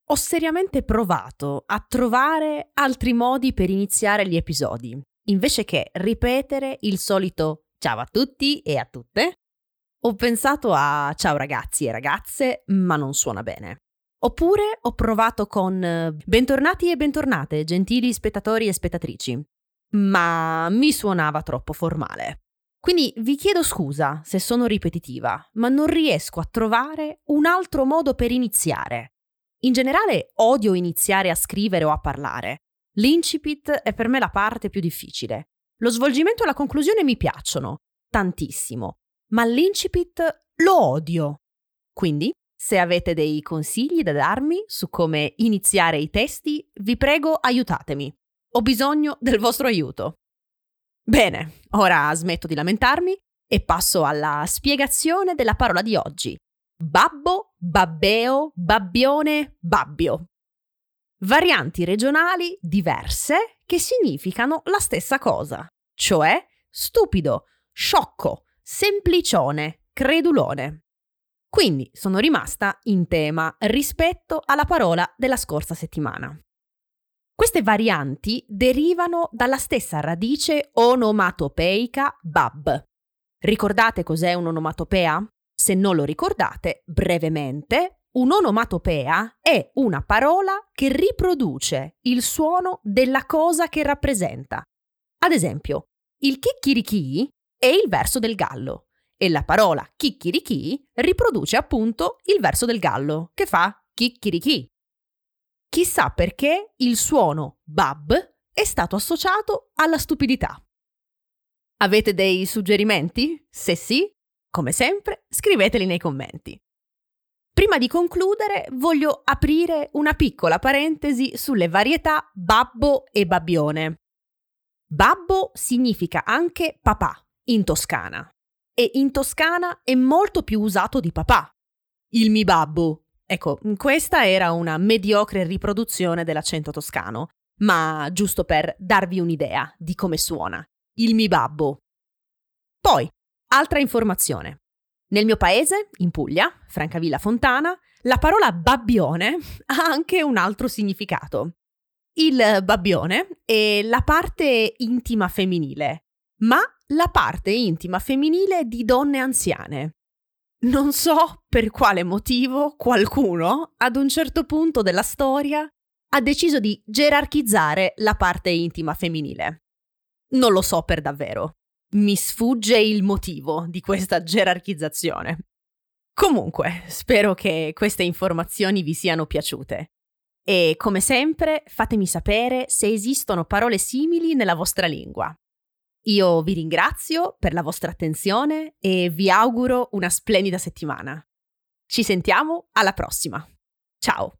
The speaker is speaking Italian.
ho seriamente provato a trovare altri modi per iniziare gli episodi, invece che ripetere il solito ciao a tutti e a tutte. Ho pensato a ciao ragazzi e ragazze, ma non suona bene. Oppure ho provato con bentornati e bentornate, gentili spettatori e spettatrici, ma mi suonava troppo formale. Quindi vi chiedo scusa se sono ripetitiva, ma non riesco a trovare un altro modo per iniziare. In generale odio iniziare a scrivere o a parlare. L'incipit è per me la parte più difficile. Lo svolgimento e la conclusione mi piacciono, tantissimo, ma l'incipit lo odio. Quindi, se avete dei consigli da darmi su come iniziare i testi, vi prego aiutatemi. Ho bisogno del vostro aiuto. Bene, ora smetto di lamentarmi e passo alla spiegazione della parola di oggi. Babbo, babbeo, babbione, babbio. Varianti regionali diverse che significano la stessa cosa, cioè stupido, sciocco, semplicione, credulone. Quindi sono rimasta in tema rispetto alla parola della scorsa settimana. Queste varianti derivano dalla stessa radice onomatopeica bab. Ricordate cos'è un'onomatopea? Se non lo ricordate, brevemente, un'onomatopea è una parola che riproduce il suono della cosa che rappresenta. Ad esempio, il chicchirichì è il verso del gallo e la parola chicchirichì riproduce appunto il verso del gallo, che fa chicchirichì. Chissà perché il suono bab è stato associato alla stupidità. Avete dei suggerimenti? Se sì, come sempre, scriveteli nei commenti. Prima di concludere, voglio aprire una piccola parentesi sulle varietà babbo e babbione. Babbo significa anche papà in Toscana e in Toscana è molto più usato di papà. Il mi babbo. Ecco, questa era una mediocre riproduzione dell'accento toscano, ma giusto per darvi un'idea di come suona. Il mi babbo. Poi, altra informazione. Nel mio paese, in Puglia, Francavilla Fontana, la parola babbione ha anche un altro significato. Il babbione è la parte intima femminile, ma la parte intima femminile di donne anziane. Non so per quale motivo qualcuno, ad un certo punto della storia, ha deciso di gerarchizzare la parte intima femminile. Non lo so per davvero. Mi sfugge il motivo di questa gerarchizzazione. Comunque, spero che queste informazioni vi siano piaciute. E, come sempre, fatemi sapere se esistono parole simili nella vostra lingua. Io vi ringrazio per la vostra attenzione e vi auguro una splendida settimana. Ci sentiamo alla prossima. Ciao!